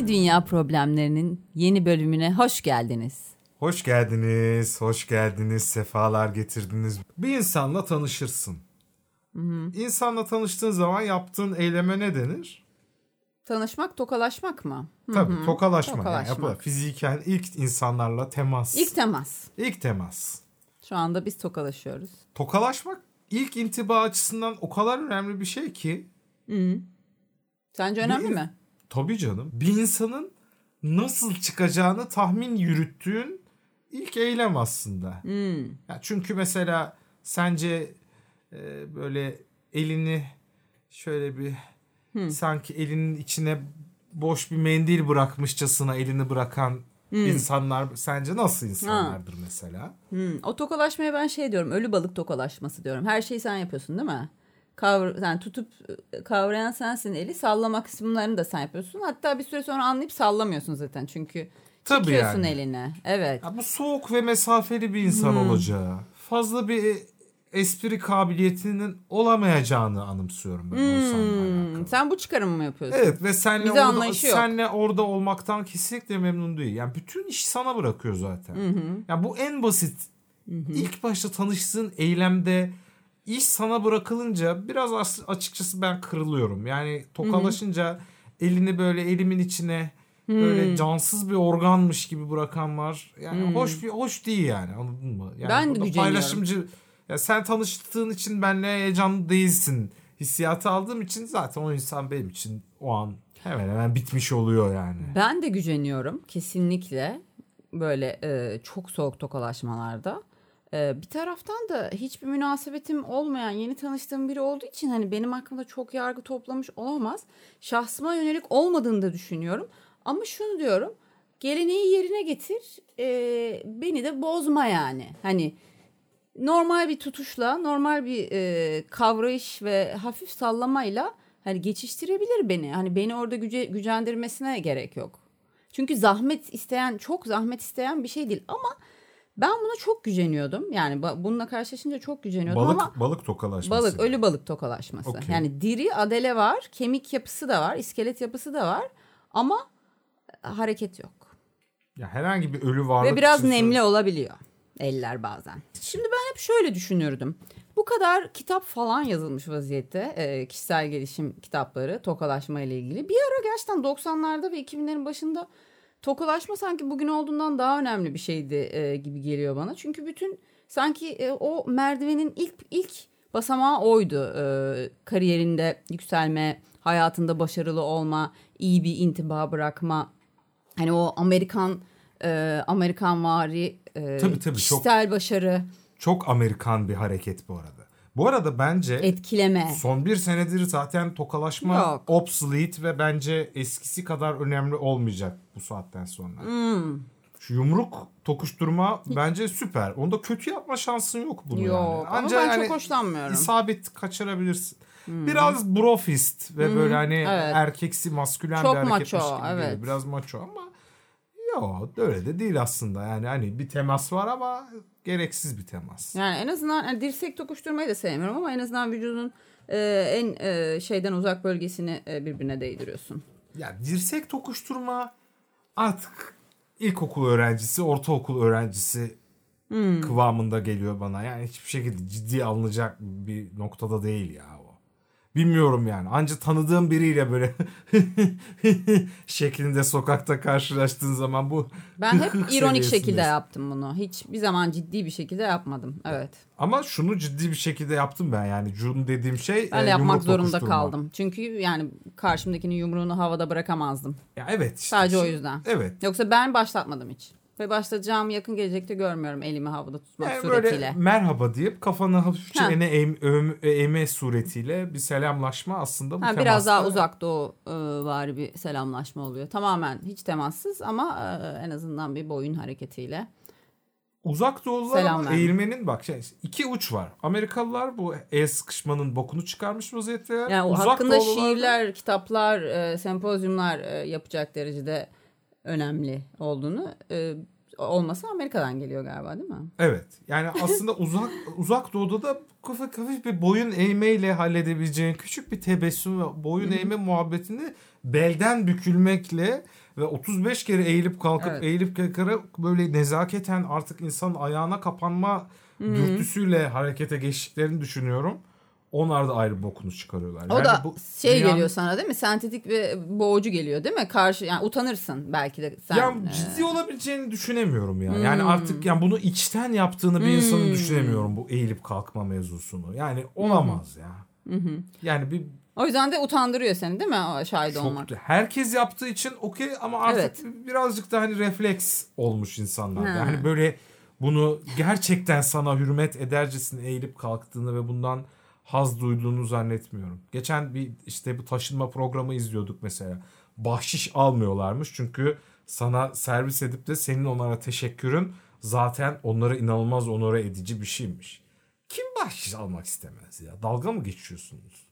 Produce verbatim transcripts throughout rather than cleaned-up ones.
Eski Dünya Problemlerinin yeni bölümüne hoş geldiniz. Hoş geldiniz, hoş geldiniz, sefalar getirdiniz. Bir insanla tanışırsın. Hı hı. İnsanla tanıştığın zaman yaptığın eyleme ne denir? Tanışmak, tokalaşmak mı? Tabii, hı hı. tokalaşmak. tokalaşmak. Yani fiziken ilk insanlarla temas. İlk temas. İlk temas. Şu anda biz tokalaşıyoruz. Tokalaşmak ilk intiba açısından o kadar önemli bir şey ki. Hı. Sence önemli bir, mi? Tabii canım. Bir insanın nasıl çıkacağını tahmin yürüttüğün ilk eylem aslında. Hmm. Ya çünkü mesela sence e, böyle elini şöyle bir hmm. sanki elinin içine boş bir mendil bırakmışçasına elini bırakan hmm. insanlar sence nasıl insanlardır ha. mesela? Hmm. O tokalaşmaya ben şey diyorum, ölü balık tokalaşması diyorum. Her şeyi sen yapıyorsun değil mi? Kavr, yani tutup kavrayan sensin, eli sallama kısımlarını da sen yapıyorsun. Hatta bir süre sonra anlayıp sallamıyorsun zaten çünkü tabii çekiyorsun yani. eline. Evet. Ya bu soğuk ve mesafeli bir insan hmm. olacağı, fazla bir espri kabiliyetinin olamayacağını anımsıyorum ben hmm. o insanla alakalı. Sen bu çıkarımı mı yapıyorsun? Evet ve senle orada, senle orada olmaktan kesinlikle memnun değil. Yani bütün işi sana bırakıyor zaten. Hmm. Yani bu en basit. Hmm. İlk başta tanıştığın eylemde İş sana bırakılınca biraz açıkçası ben kırılıyorum. Yani tokalaşınca hı-hı. elini böyle elimin içine hmm. böyle cansız bir organmış gibi bırakan var. Yani hmm. hoş bir hoş değil yani. Anladın mı? Yani ben de güceniyorum. Paylaşımcı. Ya sen tanıştığın için benimle heyecanlı değilsin. Hissiyatı aldığım için zaten o insan benim için o an hemen hemen bitmiş oluyor yani. Ben de güceniyorum kesinlikle böyle e, çok soğuk tokalaşmalarda. Bir taraftan da hiçbir münasebetim olmayan yeni tanıştığım biri olduğu için hani benim hakkımda çok yargı toplamış olamaz. Şahsıma yönelik olmadığını da düşünüyorum. Ama şunu diyorum, geleneği yerine getir, e, beni de bozma yani. Hani normal bir tutuşla, normal bir e, kavrayış ve hafif sallamayla hani geçiştirebilir beni. Hani beni orada güce, gücendirmesine gerek yok. Çünkü zahmet isteyen, çok zahmet isteyen bir şey değil ama ben buna çok güceniyordum. Yani bununla karşılaşınca çok güceniyordum balık, ama... Balık tokalaşması. Balık, ölü balık tokalaşması. Okay. Yani diri, adele var, kemik yapısı da var, iskelet yapısı da var ama hareket yok. Ya herhangi bir ölü varlık... Ve biraz için nemli olabiliyor eller bazen. Şimdi ben hep şöyle düşünürdüm. Bu kadar kitap falan yazılmış vaziyette, e, kişisel gelişim kitapları tokalaşma ile ilgili. Bir ara gerçekten doksanlarda ve iki binlerin başında... Tokalaşma sanki bugün olduğundan daha önemli bir şeydi e, gibi geliyor bana. Çünkü bütün sanki e, o merdivenin ilk ilk basamağı oydu. E, kariyerinde yükselme, hayatında başarılı olma, iyi bir intiba bırakma. Hani o Amerikan e, Amerikanvari e, tabii, tabii, kişisel çok, başarı. Çok Amerikan bir hareket bu arada. Bu arada bence etkileme. Son bir senedir zaten tokalaşma Yok. obsolete ve bence eskisi kadar önemli olmayacak bu saatten sonra. Hmm. Şu yumruk tokuşturma Hiç. bence süper. Onda kötü yapma şansın yok bunu yok, yani. Ancak ama ben yani çok hoşlanmıyorum. İsabet kaçırabilirsin. Hmm. Biraz brofist ve hmm. böyle hani evet. erkeksi maskülen çok bir hareketmiş macho, gibi evet. geliyor. Biraz macho ama yok öyle de değil aslında. Yani hani bir temas var ama gereksiz bir temas. Yani en azından yani dirsek tokuşturmayı da sevmiyorum ama en azından vücudun e, en e, şeyden uzak bölgesini e, birbirine değdiriyorsun. Ya dirsek tokuşturma artık ilkokul öğrencisi, ortaokul öğrencisi hmm. kıvamında geliyor bana. Yani hiçbir şekilde ciddiye alınacak bir noktada değil ya o. Bilmiyorum yani. Anca tanıdığım biriyle böyle şeklinde sokakta karşılaştığın zaman bu ben hep ironik şekilde yaptım bunu. Hiç bir zaman ciddi bir şekilde yapmadım. Evet. Ama şunu ciddi bir şekilde yaptım ben yani. Jun dediğim şey ben de yapmak zorunda kaldım. Çünkü yani karşımdakinin yumruğunu havada bırakamazdım. Ya evet. Işte. Sadece o yüzden. Evet. Yoksa ben başlatmadım hiç. Ve başlayacağım yakın gelecekte görmüyorum elimi havada tutmak yani suretiyle. Böyle merhaba deyip kafanı hafifçe ha. ene eğme, eğme suretiyle bir selamlaşma aslında bu ha, temasta. Biraz daha uzak doğu e, vari bir selamlaşma oluyor. Tamamen hiç temassız ama e, en azından bir boyun hareketiyle. Uzak doğular ama eğilmenin bak şey, iki uç var. Amerikalılar bu el sıkışmanın bokunu çıkarmış vaziyette. Yani uzak hakkında şiirler, kitaplar, e, sempozyumlar e, yapacak derecede önemli olduğunu e, olması Amerika'dan geliyor galiba değil mi? Evet. Yani aslında uzak uzak doğuda da hafif hafif bir boyun eğmeyle halledebileceğin küçük bir tebessüm ve boyun eğme muhabbetini belden bükülmekle ve otuz beş kere eğilip kalkıp evet. eğilip kalkarak böyle nezaketen artık insanın ayağına kapanma hmm. dürtüsüyle harekete geçtiklerini düşünüyorum. Onlar da ayrı bokunu çıkarıyorlar. O yani da bu şey dünyanın... geliyor sana değil mi? Sentetik ve boğucu geliyor değil mi? Karşı yani utanırsın belki de sen. Ya e... ciddi olabileceğini düşünemiyorum ya. Hmm. Yani artık yani bunu içten yaptığını bir hmm. insanın düşünemiyorum bu eğilip kalkma mevzusunu. Yani olamaz hmm. ya. Hmm. Yani bir o yüzden de utandırıyor seni değil mi o şahit çok, olmak? Herkes yaptığı için okey ama artık evet. birazcık da hani refleks olmuş insanlarda. Hmm. Hani böyle bunu gerçekten sana hürmet edercesine eğilip kalktığını ve bundan haz duyduğunu zannetmiyorum. Geçen bir işte bu taşınma programı izliyorduk mesela. Bahşiş almıyorlarmış çünkü sana servis edip de senin onlara teşekkürün zaten onlara inanılmaz onore edici bir şeymiş. Kim bahşiş almak istemez ya? Dalga mı geçiyorsunuz?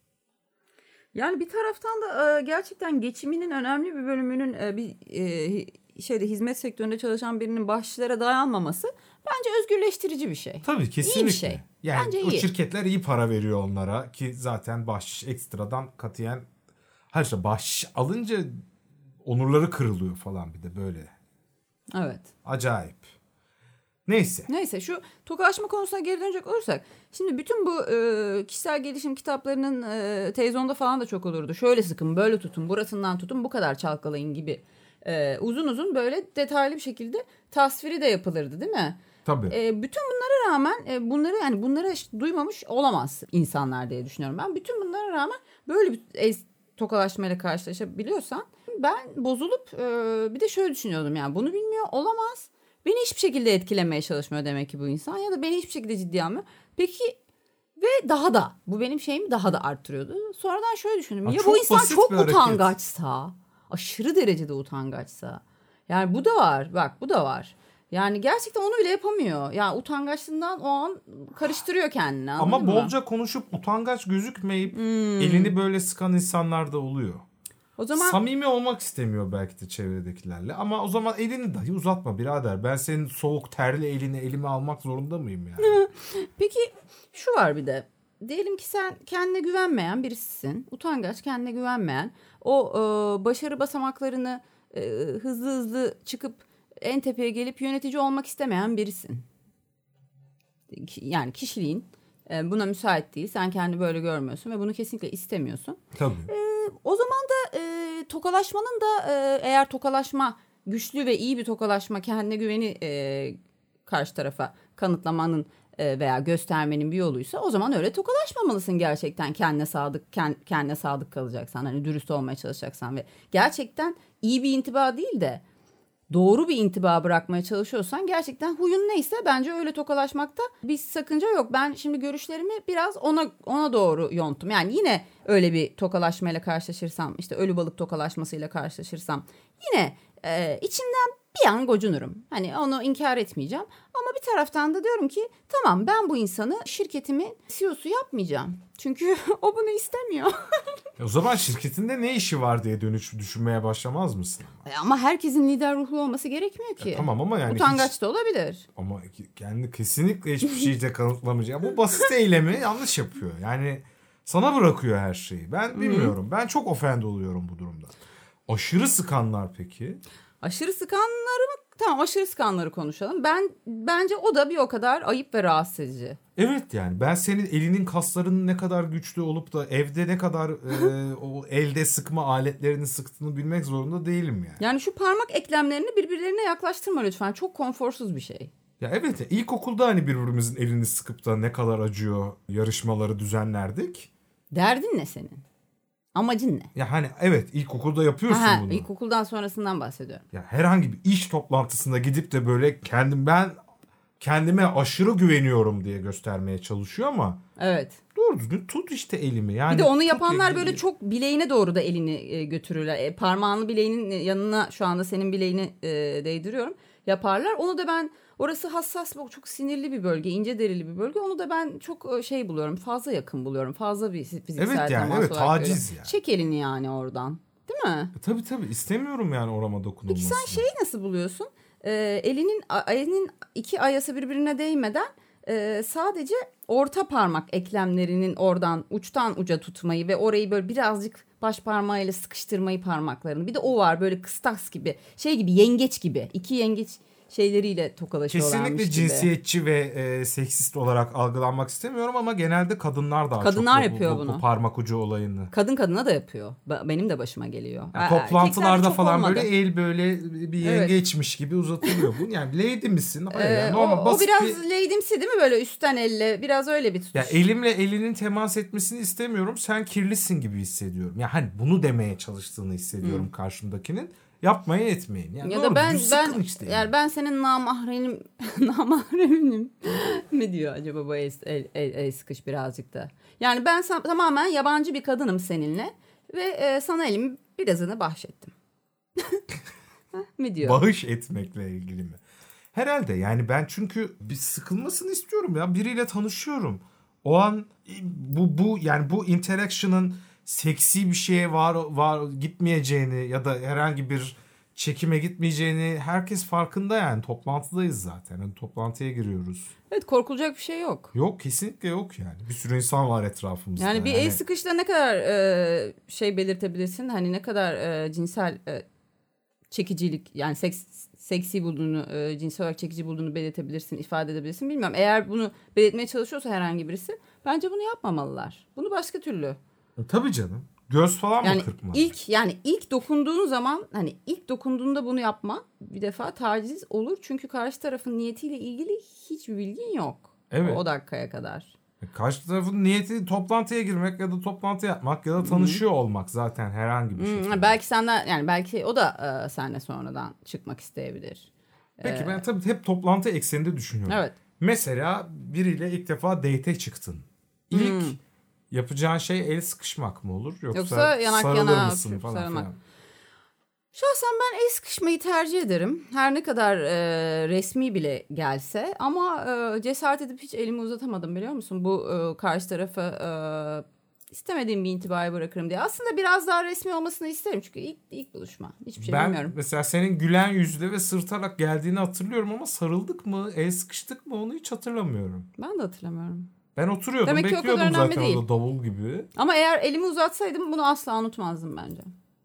Yani bir taraftan da gerçekten geçiminin önemli bir bölümünün bir şeyde hizmet sektöründe çalışan birinin bahşişlere dayanmaması bence özgürleştirici bir şey. Tabii kesinlikle. İyi bir şey. Yani bence o iyi. şirketler iyi para veriyor onlara ki zaten bahşiş ekstradan katiyen hayır işte bahşiş alınca onurları kırılıyor falan bir de böyle. Evet. Acayip. Neyse. Neyse şu tokalaşma konusuna geri dönecek olursak. Şimdi bütün bu e, kişisel gelişim kitaplarının e, televizyonda falan da çok olurdu. Şöyle sıkın, böyle tutun, burasından tutun, bu kadar çalkalayın gibi. E, uzun uzun böyle detaylı bir şekilde tasviri de yapılırdı değil mi? Tabii. E, bütün bunlara rağmen e, bunları yani bunları işte duymamış olamaz insanlar diye düşünüyorum ben. Bütün bunlara rağmen böyle bir el tokalaşmayla karşılaşabiliyorsan ben bozulup e, bir de şöyle düşünüyordum yani bunu bilmiyor olamaz. Beni hiçbir şekilde etkilemeye çalışmıyor demek ki bu insan ya da beni hiçbir şekilde ciddiye almıyor. Peki ve daha da bu benim şeyimi daha da arttırıyordu. Sonradan şöyle düşündüm. Ha, ya bu insan çok utangaçsa, aşırı derecede utangaçsa. Yani bu da var. Bak bu da var. Yani gerçekten onu bile yapamıyor. Yani utangaçlığından o an karıştırıyor kendini. Ama bolca mı? Konuşup utangaç gözükmeyip hmm. elini böyle sıkan insanlar da oluyor. O zaman samimi olmak istemiyor belki de çevredekilerle ama o zaman elini dahi uzatma birader. Ben senin soğuk terli elini elime almak zorunda mıyım yani? Peki şu var bir de. Diyelim ki sen kendine güvenmeyen birisisin. Utangaç, kendine güvenmeyen. O e, başarı basamaklarını e, hızlı hızlı çıkıp en tepeye gelip yönetici olmak istemeyen birisin. Yani kişiliğin e, buna müsait değil. Sen kendini böyle görmüyorsun ve bunu kesinlikle istemiyorsun. Tabii. E, o zaman da e, tokalaşmanın da e, eğer tokalaşma güçlü ve iyi bir tokalaşma kendine güveni e, karşı tarafa kanıtlamanın e, veya göstermenin bir yoluysa o zaman öyle tokalaşmamalısın gerçekten kendine sadık kend, kendine sadık kalacaksan hani dürüst olmaya çalışacaksan ve gerçekten iyi bir intiba değil de doğru bir intiba bırakmaya çalışıyorsan gerçekten huyun neyse bence öyle tokalaşmakta bir sakınca yok. Ben şimdi görüşlerimi biraz ona ona doğru yonttum. Yani yine öyle bir tokalaşmayla karşılaşırsam işte ölü balık tokalaşmasıyla karşılaşırsam yine e, içimden bir an gocunurum. Hani onu inkar etmeyeceğim. Ama bir taraftan da diyorum ki tamam ben bu insanı şirketimin C E O'su yapmayacağım. Çünkü o bunu istemiyor. O zaman şirketinde ne işi var diye dönüş düşünmeye başlamaz mısın? Ama herkesin lider ruhlu olması gerekmiyor ki. Ya tamam ama yani utangaç hiç, da olabilir. Ama kendi kesinlikle hiçbir şeyde kanıtlamayacak. Bu basit eylemi yanlış yapıyor. Yani sana bırakıyor her şeyi. Ben bilmiyorum. Ben çok ofend oluyorum bu durumda. Aşırı sıkanlar peki? Aşırı sıkanları mı? Tamam aşırı sıkanları konuşalım. Ben bence o da bir o kadar ayıp ve rahatsız edici. Evet yani ben senin elinin kaslarının ne kadar güçlü olup da evde ne kadar e, o elde sıkma aletlerini sıktığını bilmek zorunda değilim yani. Yani şu parmak eklemlerini birbirlerine yaklaştırma lütfen. Çok konforsuz bir şey. Ya evet ya ilkokulda hani birbirimizin elini sıkıp da ne kadar acıyor yarışmaları düzenlerdik. Derdin ne senin? Amacın ne? Ya hani evet ilkokulda yapıyorsun Aha, bunu. İlkokuldan sonrasından bahsediyorum. Ya herhangi bir iş toplantısında gidip de böyle kendim ben kendime aşırı güveniyorum diye göstermeye çalışıyor ama. Evet. Doğru düzgün tut işte elimi. Yani bir de onu yapanlar böyle çok bileğine doğru da elini götürürler. E, parmağını bileğinin yanına şu anda senin bileğini e, değdiriyorum. Yaparlar. Onu da ben orası hassas çok sinirli bir bölge, ince derili bir bölge. Onu da ben çok şey buluyorum. Fazla yakın buluyorum. Fazla bir fiziksel evet yani, temas evet, olarak taciz görüyorum. yani. Çek elini yani oradan. Değil mi? E, tabii tabii istemiyorum yani orama dokunulmasını. Peki sen şeyi nasıl buluyorsun? Ee, elinin elinin iki ayası birbirine değmeden e, sadece orta parmak eklemlerinin oradan uçtan uca tutmayı ve orayı böyle birazcık baş parmağıyla sıkıştırmayı parmaklarını. Bir de o var böyle kıstas gibi. Şey gibi yengeç gibi. İki yengeç şeyleriyle tokalaşıyorlarmış gibi. Kesinlikle cinsiyetçi ve e, seksist olarak algılanmak istemiyorum ama genelde kadınlar daha kadınlar çok yapıyor bu, bu, bunu. bu parmak ucu olayını. Kadın kadına da yapıyor. Benim de başıma geliyor. Yani toplantılarda falan olmadı. Böyle el böyle bir yengeçmiş evet. gibi uzatılıyor bu. Yani lady misin? Hayır, ee, yani normal, o, basit o biraz bir... lady'msi değil mi böyle üstten elle biraz öyle bir tutuş. Ya elimle elinin temas etmesini istemiyorum. Sen kirlisin gibi hissediyorum. Ya yani hani bunu demeye çalıştığını hissediyorum hmm. karşımdakinin. Yapmayın etmeyin. Yani ya da ben ben işte yani ben senin namahrenim namahreminim mi diyor acaba bu el, el, el, el sıkış birazcık da. Yani ben sam- tamamen yabancı bir kadınım seninle ve e, sana elimin birazını bahşettim. mi diyor? Bağış etmekle ilgili mi? Herhalde yani ben çünkü bir sıkılmasını istiyorum ya. Biriyle tanışıyorum. O an bu bu yani bu interaction'ın seksi bir şeye var var gitmeyeceğini ya da herhangi bir çekime gitmeyeceğini herkes farkında yani. Toplantıdayız zaten. Yani toplantıya giriyoruz. Evet, korkulacak bir şey yok. Yok, kesinlikle yok yani. Bir sürü insan var etrafımızda. Yani bir yani. el sıkışla ne kadar e, şey belirtebilirsin? Hani ne kadar e, cinsel e, çekicilik yani seks, seksi bulduğunu, e, cinsel olarak çekici bulduğunu belirtebilirsin, ifade edebilirsin. Bilmiyorum. Eğer bunu belirtmeye çalışıyorsa herhangi birisi bence bunu yapmamalılar. Bunu başka türlü. E, tabii canım. Göz falan yani mı kırpma? İlk yani ilk dokunduğun zaman hani ilk dokunduğunda bunu yapma bir defa taciz olur. Çünkü karşı tarafın niyetiyle ilgili hiçbir bilgin yok. Evet. O, o dakikaya kadar. Karşı tarafın niyeti toplantıya girmek ya da toplantı yapmak ya da tanışıyor hmm. olmak zaten herhangi bir şey. Hmm, belki senden yani belki o da e, seninle sonradan çıkmak isteyebilir. Peki ee, ben tabii hep toplantı ekseninde düşünüyorum. Evet. Mesela biriyle ilk defa date'e çıktın. İlk hmm. yapacağın şey el sıkışmak mı olur yoksa, yoksa yanak sarılır yana, mısın falan sarılmak. Falan. Şahsen ben el sıkışmayı tercih ederim. Her ne kadar e, resmi bile gelse ama e, cesaret edip hiç elimi uzatamadım biliyor musun? Bu e, karşı tarafı e, istemediğim bir intibayı bırakırım diye. Aslında biraz daha resmi olmasını isterim çünkü ilk, ilk buluşma. Hiçbir şey ben bilmiyorum. Ben mesela senin gülen yüzle ve sırtarak geldiğini hatırlıyorum ama sarıldık mı, el sıkıştık mı onu hiç hatırlamıyorum. Ben de hatırlamıyorum. Ben oturuyordum, demek bekliyordum zaten değil. Orada davul gibi. Ama eğer elimi uzatsaydım bunu asla unutmazdım bence.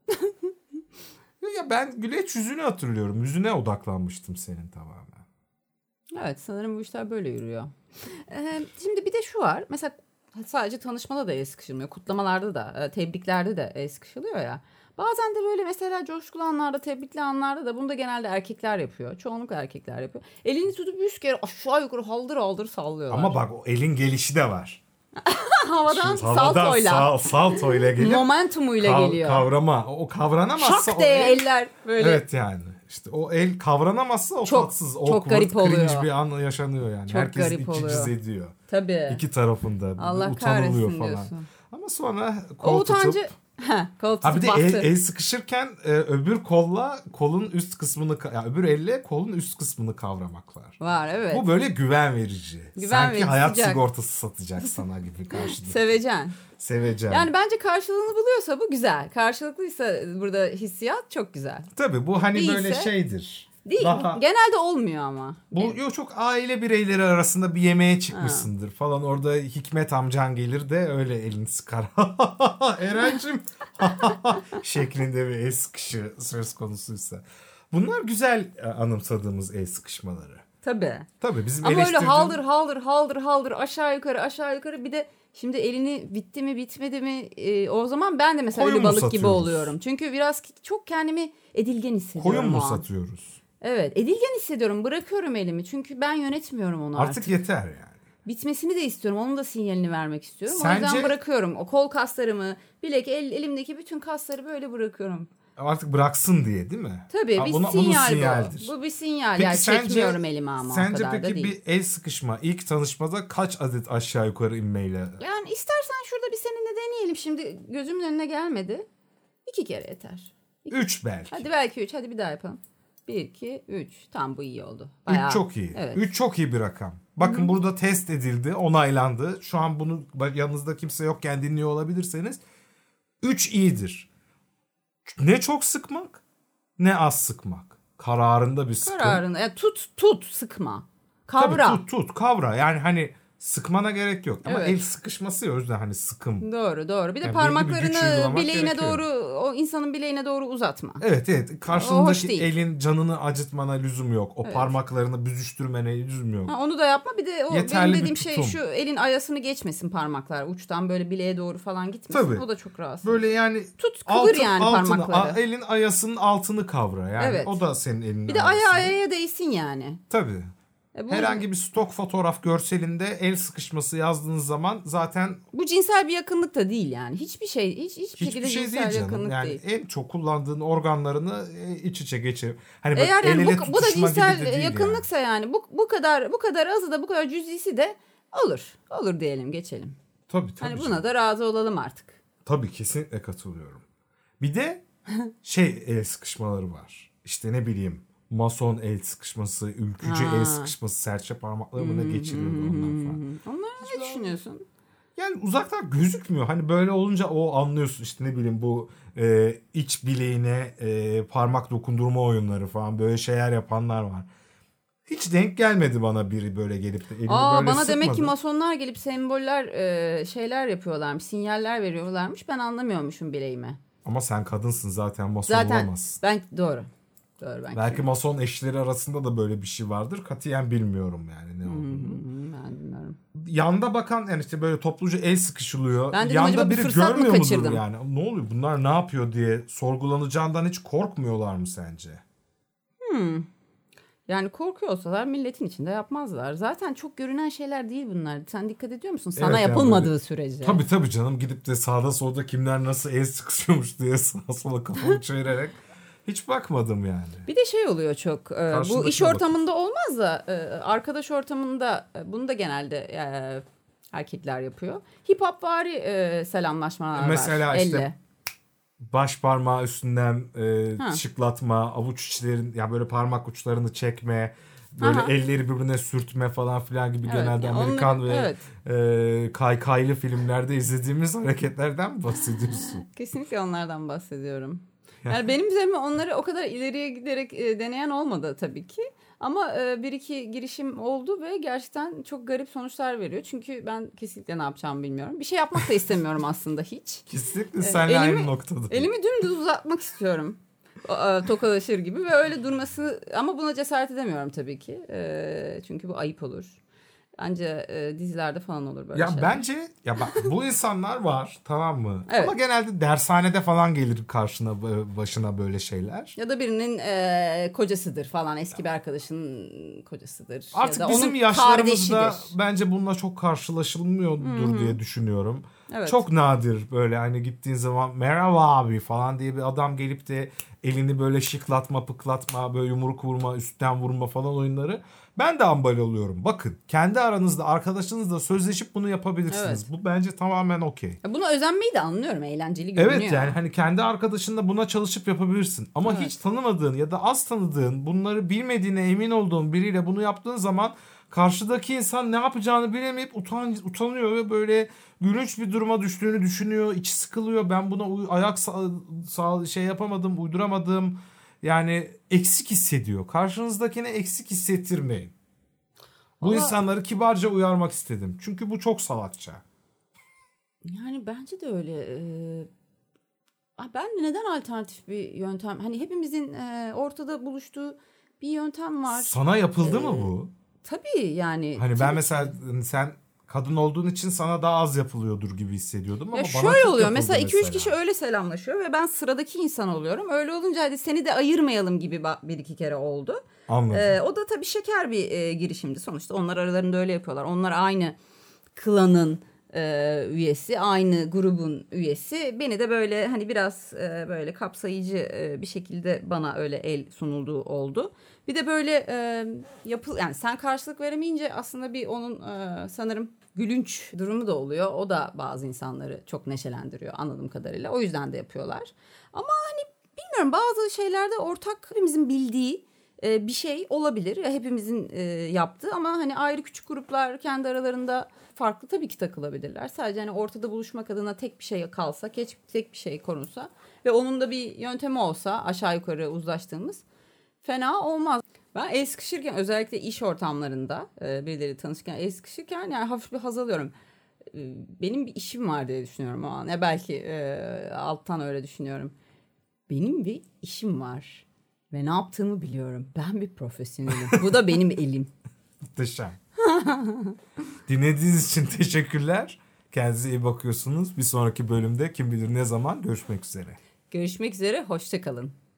Ya ben güleç yüzünü hatırlıyorum. Yüzüne odaklanmıştım senin tamamen. Evet, sanırım bu işler böyle yürüyor. Ee, şimdi bir de şu var. Mesela sadece tanışmada da el sıkışılmıyor. Kutlamalarda da, tebriklerde de el sıkışılıyor ya. Bazen de böyle mesela coşkulu anlarda, tebrikli anlarda da bunu da genelde erkekler yapıyor. Çoğunlukla erkekler yapıyor. Elini tutup yüz kere aşağı yukarı haldır haldır sallıyorlar. Ama bak o elin gelişi de var. havadan saltoyla. Sal, saltoyla gelip momentumuyla kav, geliyor. Kavrama. O kavranamazsa şak diye o el, eller böyle. Evet yani. İşte o el kavranamazsa o çok, tatsız. Çok awkward, garip oluyor. bir an yaşanıyor yani. Çok herkes garip oluyor. Herkes ikinciz ediyor. Tabii. İki tarafında. Allah utanılıyor falan. Diyorsun. Ama sonra kol o utancı... tutup. Heh, kol tutup ha bir de el, el sıkışırken e, öbür kolla kolun üst kısmını yani öbür elle kolun üst kısmını kavramak var. Var evet. Bu böyle güven verici. Güven Sanki verici, hayat sıcak. sigortası satacak sana gibi karşılıklı. Sevecen. Sevecen. Yani bence karşılığını buluyorsa bu güzel. Karşılıklıysa burada hissiyat çok güzel. Tabii bu hani Değilse, böyle şeydir. Değil. Daha, genelde olmuyor ama. Bu evet. Yok çok aile bireyleri arasında bir yemeğe çıkmışsındır ha. falan. Orada Hikmet amcan gelir de öyle elini sıkar. Eren'cim şeklinde bir el sıkışı söz konusuysa. Bunlar güzel anımsadığımız el sıkışmaları. Tabii. Tabii bizim ama eleştirdiğimiz... öyle haldır haldır haldır haldır aşağı yukarı aşağı yukarı bir de şimdi elini bitti mi bitmedi mi e, o zaman ben de mesela ölü balık gibi oluyorum. Çünkü biraz çok kendimi edilgen hissediyorum. Koyun mu satıyoruz? Evet, edilgen hissediyorum. Bırakıyorum elimi. Çünkü ben yönetmiyorum onu artık. Artık yeter yani. Bitmesini de istiyorum. Onun da sinyalini vermek istiyorum. Sence... O yüzden bırakıyorum. O kol kaslarımı, bilek, el, elimdeki bütün kasları böyle bırakıyorum. Artık bıraksın diye değil mi? Tabii bir Buna, sinyal bu. Bu bir sinyal. Peki, yani sence, çekmiyorum elimi ama sence o kadar peki da değil. bir el sıkışma ilk tanışmada kaç adet aşağı yukarı inmeyle? Yani istersen şurada bir seninle deneyelim. Şimdi gözümün önüne gelmedi. İki kere yeter. İki. Üç belki. Hadi belki üç. Hadi bir daha yapalım. Bir, iki, üç. Tam bu iyi oldu. Bayağı. Üç çok iyi. Evet. Üç çok iyi bir rakam. Bakın Hı-hı. burada test edildi, onaylandı. Şu an bunu yanınızda kimse yokken dinliyor olabilirseniz. Üç iyidir. Ne çok sıkmak, ne az sıkmak. Kararında bir sıkım. Kararında. Yani tut, tut, sıkma. Kavra. Tabii tut, tut, kavra. Yani hani Sıkmana gerek yok. Ama evet. El sıkışması ya, o yüzden hani sıkım. Doğru doğru. Bir de yani parmaklarını bir bileğine gerekiyor. Doğru, o insanın bileğine doğru uzatma. Evet evet. Karşındaki elin canını acıtmana lüzum yok. O evet. Parmaklarını büzüştürmene lüzum yok. Ha, onu da yapma. Bir de o yeterli benim dediğim şey şu, elin ayasını geçmesin parmaklar. Uçtan böyle bileğe doğru falan gitmesin. Tabii. O da çok rahatsız. Böyle yani tut kıvır altın, yani altını, parmakları. Elin ayasının altını kavra. Yani evet. O da senin elinin bir de aya ayaya değsin yani. Tabii. E bu, herhangi bir stok fotoğraf görselinde el sıkışması yazdığınız zaman zaten bu cinsel bir yakınlık da değil yani. Hiçbir şey hiç hiçbir, hiçbir şekilde şey cinsel değil yakınlık yani değil. En çok kullandığın organlarını iç içe geçirip hani eğer yani bu, bu da cinsel yakınlıksa yani. yani bu bu kadar bu kadar azı da bu kadar cüzisi de olur. Olur diyelim, geçelim. Tabii tabii. Hani buna da razı olalım artık. Tabii kesinlikle katılıyorum. Bir de şey el sıkışmaları var. İşte ne bileyim mason el sıkışması, ülkücü ha. el sıkışması, serçe parmakları mı ne geçiriyordu onlar falan. Onlara ne düşünüyorsun? Yani uzaktan gözükmüyor. Hani böyle olunca o anlıyorsun işte ne bileyim bu e, iç bileğine e, parmak dokundurma oyunları falan böyle şeyler yapanlar var. Hiç denk gelmedi bana biri böyle gelip de elini Aa, böyle bana sıkmadı. Demek ki masonlar gelip semboller e, şeyler yapıyorlarmış, sinyaller veriyorlarmış. Ben anlamıyormuşum bileğime. Ama sen kadınsın zaten, mason zaten, olamazsın. Ben doğru. Doğru ben belki mason eşleri arasında da böyle bir şey vardır. Katiyen bilmiyorum yani ne olduğunu. Ben bilmiyorum. Yanda bakan yani işte böyle topluca el sıkışılıyor. Ben dedim, yanda biri görmüyor mudur yani? Ne oluyor bunlar ne yapıyor diye sorgulanacağından hiç korkmuyorlar mı sence? Hmm. Yani korkuyor olsalar milletin içinde yapmazlar. Zaten çok görünen şeyler değil bunlar. Sen dikkat ediyor musun? Sana evet, yapılmadığı yani böyle, sürece. Tabii tabii canım, gidip de sağda solda kimler nasıl el sıkışıyormuş diye sağa sola kafamı çevirerek hiç bakmadım yani. Bir de şey oluyor çok. E, bu iş ortamında bakın. Olmaz da e, arkadaş ortamında e, bunu da genelde e, erkekler yapıyor. Hip hop vari e, selamlaşmalar mesela var. Mesela işte elle. Baş parmağı üstünden e, şıklatma, avuç içlerin ya böyle parmak uçlarını çekme, böyle aha. elleri birbirine sürtme falan filan gibi evet, genelde yani Amerikan onları, ve evet. e, kaykaylı filmlerde izlediğimiz hareketlerden mi bahsediyorsun? Kesinlikle onlardan bahsediyorum. Yani benim üzerime onları o kadar ileriye giderek e, deneyen olmadı tabii ki. Ama e, bir iki girişim oldu ve gerçekten çok garip sonuçlar veriyor. Çünkü ben kesinlikle ne yapacağımı bilmiyorum. Bir şey yapmak da istemiyorum aslında hiç. Kesinlikle seninle elimi, aynı noktada. Elimi dümdüz uzatmak istiyorum. Tokalaşır gibi ve öyle durması, ama buna cesaret edemiyorum tabii ki. E, çünkü bu ayıp olur. Anca e, dizilerde falan olur böyle ya şeyler. Bence ya bak bu insanlar var tamam mı? Evet. Ama genelde dershanede falan gelir karşına başına böyle şeyler. Ya da birinin e, kocasıdır falan, eski bir arkadaşının kocasıdır. Artık ya da bizim onun yaşlarımızda kardeşidir. Bence bununla çok karşılaşılmıyordur Hı-hı. diye düşünüyorum. Evet. Çok nadir böyle hani gittiğin zaman merhaba abi falan diye bir adam gelip de elini böyle şıklatma, pıklatma, böyle yumruk vurma, üstten vurma falan oyunları. Ben de ambal oluyorum. Bakın kendi aranızda arkadaşınızla sözleşip bunu yapabilirsiniz. Evet. Bu bence tamamen okey. Buna özenmeyi de anlıyorum. Eğlenceli görünüyor. Evet yani hani kendi arkadaşınla buna çalışıp yapabilirsin. Ama evet. hiç tanımadığın ya da az tanıdığın, bunları bilmediğine emin olduğun biriyle bunu yaptığın zaman karşıdaki insan ne yapacağını bilemeyip utan, utanıyor ve böyle gülünç bir duruma düştüğünü düşünüyor. İçi sıkılıyor. Ben buna uy- ayak sağ, sağ şey yapamadım, uyduramadım. Yani eksik hissediyor. Karşınızdakine eksik hissettirmeyin. Bu Ama... insanları kibarca uyarmak istedim. Çünkü bu çok salakça. Yani bence de öyle. Ee, ben neden alternatif bir yöntem? Hani hepimizin e, ortada buluştuğu bir yöntem var. Sana yapıldı ee, mı bu? Tabii yani. Hani tabii ben mesela ki. sen kadın olduğun için sana daha az yapılıyordur gibi hissediyordum ama ya bana şöyle çok oluyor. Mesela iki üç kişi öyle selamlaşıyor ve ben sıradaki insan oluyorum. Öyle olunca hadi seni de ayırmayalım gibi bir iki kere oldu. Anladım. Ee, o da tabii şeker bir e, girişimdi sonuçta. Onlar aralarında öyle yapıyorlar. Onlar aynı klanın e, üyesi, aynı grubun üyesi. Beni de böyle hani biraz e, böyle kapsayıcı e, bir şekilde bana öyle el sunulduğu oldu. Bir de böyle e, yapıl yani sen karşılık veremeyince aslında bir onun e, sanırım gülünç durumu da oluyor. O da bazı insanları çok neşelendiriyor anladığım kadarıyla. O yüzden de yapıyorlar. Ama hani bilmiyorum, bazı şeylerde ortak hepimizin bildiği e, bir şey olabilir. Hepimizin e, yaptığı ama hani ayrı küçük gruplar kendi aralarında farklı tabii ki takılabilirler. Sadece hani ortada buluşmak adına tek bir şey kalsa, tek bir şey korunsa ve onun da bir yöntemi olsa aşağı yukarı uzlaştığımız fena olmaz. Ben el sıkışırken özellikle iş ortamlarında e, birileri tanışırken el sıkışırken yani hafif bir haz alıyorum. E, benim bir işim var diye düşünüyorum o an. Ya belki e, alttan öyle düşünüyorum. Benim bir işim var ve ne yaptığımı biliyorum. Ben bir profesyonelim. Bu da benim elim. Muhteşem. Dinlediğiniz için teşekkürler. Kendinize iyi bakıyorsunuz. Bir sonraki bölümde kim bilir ne zaman görüşmek üzere. Görüşmek üzere. Hoşça kalın.